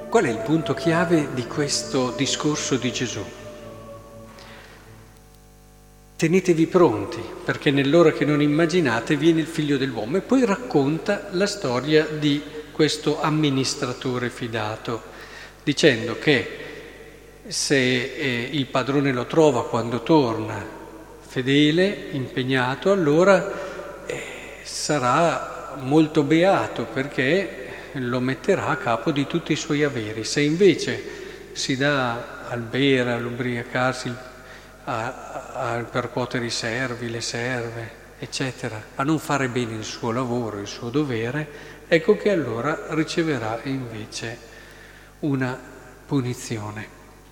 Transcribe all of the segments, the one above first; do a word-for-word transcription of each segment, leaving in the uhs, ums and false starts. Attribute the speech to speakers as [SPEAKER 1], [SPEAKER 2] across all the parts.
[SPEAKER 1] Qual è il punto chiave di questo discorso di Gesù? Tenetevi pronti, perché nell'ora che non immaginate viene il Figlio dell'uomo, e poi racconta la storia di questo amministratore fidato, dicendo che se eh, il padrone lo trova quando torna fedele, impegnato, allora eh, sarà molto beato, perché lo metterà a capo di tutti i suoi averi. Se invece si dà al bere, all'ubriacarsi, a, a, a percuotere i servi, le serve, eccetera, a non fare bene il suo lavoro, il suo dovere, ecco che allora riceverà invece una punizione.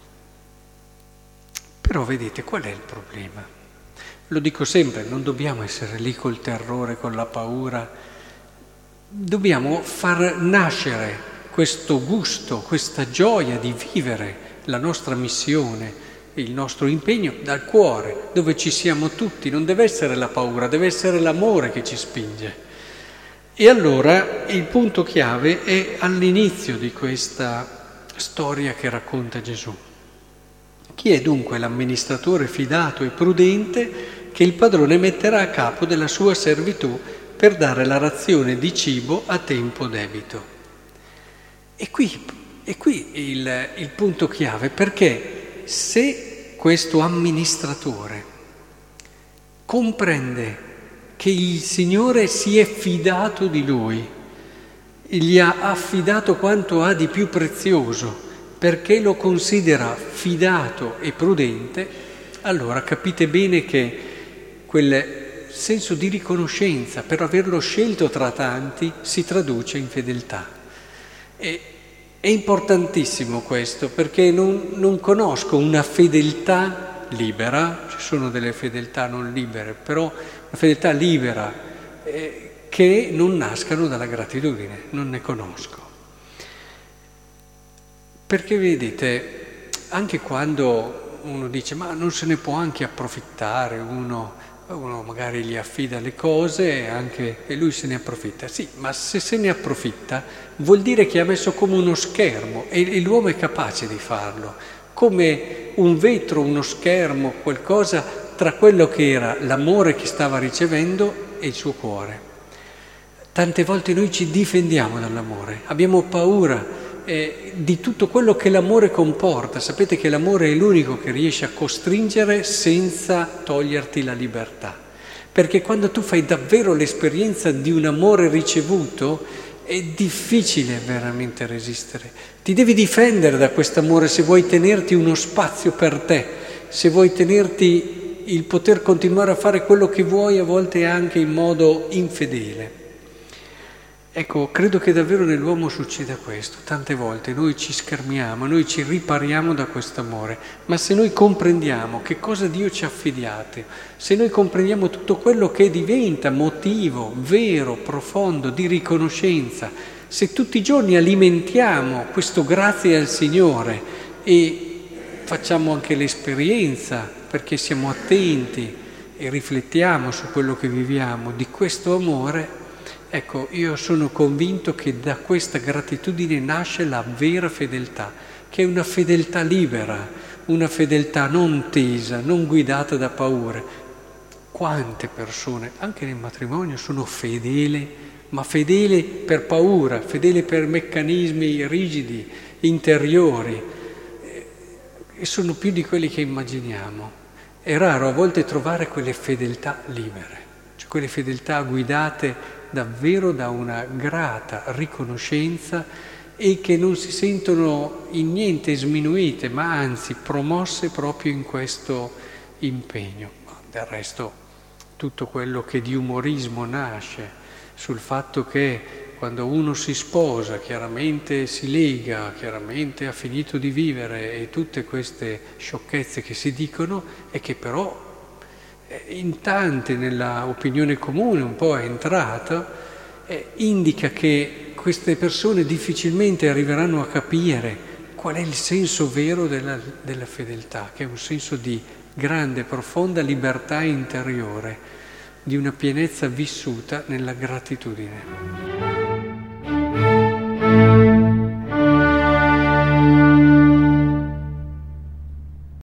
[SPEAKER 1] Però vedete, qual è il problema? Lo dico sempre, non dobbiamo essere lì col terrore, con la paura. Dobbiamo far nascere questo gusto, questa gioia di vivere la nostra missione, il nostro impegno dal cuore, dove ci siamo tutti. Non deve essere la paura, deve essere l'amore che ci spinge. E allora il punto chiave è all'inizio di questa storia che racconta Gesù. Chi è dunque l'amministratore fidato e prudente che il padrone metterà a capo della sua servitù per dare la razione di cibo a tempo debito? E qui, e qui il, il punto chiave, perché se questo amministratore comprende che il Signore si è fidato di lui, gli ha affidato quanto ha di più prezioso, perché lo considera fidato e prudente, allora capite bene che quel senso di riconoscenza per averlo scelto tra tanti si traduce in fedeltà. E è importantissimo questo, perché non, non conosco una fedeltà libera, ci sono delle fedeltà non libere, però una fedeltà libera eh, che non nascano dalla gratitudine, non ne conosco. Perché vedete, anche quando uno dice ma non se ne può anche approfittare, uno, uno magari gli affida le cose e, anche, e lui se ne approfitta. Sì, ma se se ne approfitta vuol dire che ha messo come uno schermo e, e l'uomo è capace di farlo, come un vetro, uno schermo, qualcosa tra quello che era l'amore che stava ricevendo e il suo cuore. Tante volte noi ci difendiamo dall'amore, abbiamo paura Eh, di tutto quello che l'amore comporta. Sapete che l'amore è l'unico che riesce a costringere senza toglierti la libertà, perché quando tu fai davvero l'esperienza di un amore ricevuto è difficile veramente resistere. Ti devi difendere da quest'amore se vuoi tenerti uno spazio per te, se vuoi tenerti il poter continuare a fare quello che vuoi, a volte anche in modo infedele. Ecco, credo che davvero nell'uomo succeda questo. Tante volte noi ci schermiamo, noi ci ripariamo da quest'amore, ma se noi comprendiamo che cosa Dio ci ha affidato, se noi comprendiamo tutto quello che diventa motivo vero, profondo, di riconoscenza, se tutti i giorni alimentiamo questo grazie al Signore e facciamo anche l'esperienza, perché siamo attenti e riflettiamo su quello che viviamo, di questo amore, ecco, io sono convinto che da questa gratitudine nasce la vera fedeltà, che è una fedeltà libera, una fedeltà non tesa, non guidata da paure. Quante persone, anche nel matrimonio, sono fedeli, ma fedele per paura, fedele per meccanismi rigidi, interiori, e sono più di quelli che immaginiamo. È raro a volte trovare quelle fedeltà libere, cioè quelle fedeltà guidate davvero da una grata riconoscenza e che non si sentono in niente sminuite, ma anzi promosse proprio in questo impegno. Del resto tutto quello che di umorismo nasce sul fatto che quando uno si sposa chiaramente si lega, chiaramente ha finito di vivere, e tutte queste sciocchezze che si dicono, e che però in tante nella opinione comune un po' è entrato, eh, indica che queste persone difficilmente arriveranno a capire qual è il senso vero della, della fedeltà, che è un senso di grande, profonda libertà interiore, di una pienezza vissuta nella gratitudine.